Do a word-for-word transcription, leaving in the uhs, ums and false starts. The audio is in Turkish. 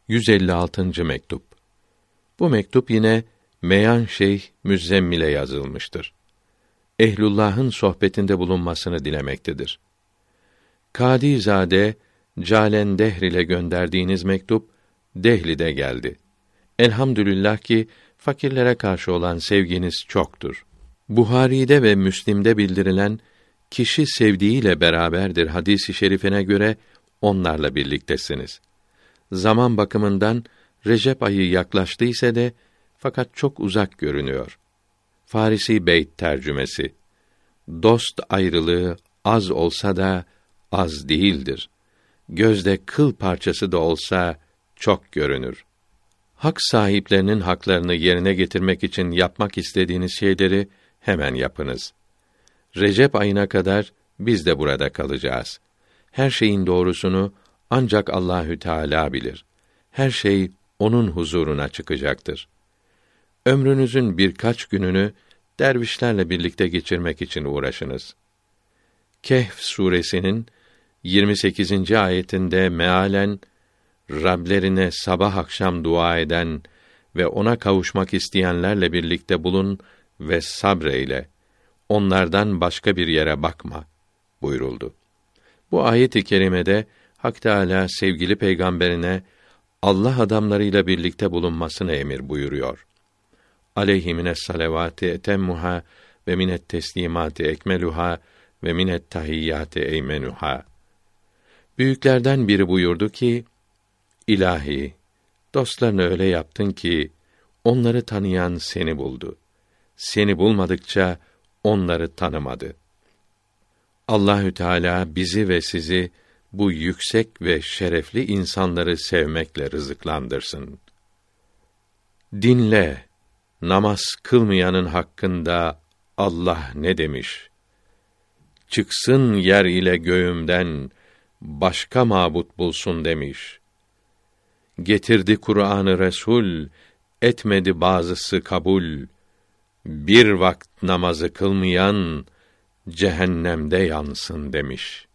yüz elli altıncı mektup. Bu mektup yine Meyan Şeyh Müzzemmil'e yazılmıştır. Ehlullah'ın sohbetinde bulunmasını dilemektedir. Kadizade Calen Dehr ile gönderdiğiniz mektup Dehli'de geldi. Elhamdülillah ki fakirlere karşı olan sevginiz çoktur. Buhari'de ve Müslim'de bildirilen kişi sevdiğiyle beraberdir hadisi şerifine göre onlarla birliktesiniz. Zaman bakımından Recep ayı yaklaştıysa de fakat çok uzak görünüyor. Farisi Beyt tercümesi. Dost ayrılığı az olsa da az değildir. Gözde kıl parçası da olsa çok görünür. Hak sahiplerinin haklarını yerine getirmek için yapmak istediğiniz şeyleri hemen yapınız. Recep ayına kadar biz de burada kalacağız. Her şeyin doğrusunu ancak Allahü Teala bilir. Her şey onun huzuruna çıkacaktır. Ömrünüzün birkaç gününü dervişlerle birlikte geçirmek için uğraşınız. Kehf suresinin yirmi sekizinci ayetinde mealen Rablerine sabah akşam dua eden ve ona kavuşmak isteyenlerle birlikte bulun ve sabreyle. Onlardan başka bir yere bakma buyuruldu. Bu ayet-i kerimede Hak Teâlâ sevgili peygamberine Allah adamlarıyla birlikte bulunmasını emir buyuruyor. Aleyhimine salavati etemmuha ve minet teslimati ekmeluha ve minet tahiyyati eymenuha. Büyüklerden biri buyurdu ki, İlahi, dostlarını öyle yaptın ki, onları tanıyan seni buldu. Seni bulmadıkça onları tanımadı. Allahü Teala bizi ve sizi bu yüksek ve şerefli insanları sevmekle rızıklandırsın. Dinle, namaz kılmayanın hakkında Allah ne demiş? Çıksın yer ile göğümden, başka mabut bulsun demiş. Getirdi Kur'an-ı Resul, etmedi bazısı kabul. Bir vakit namazı kılmayan, cehennemde yansın demiş.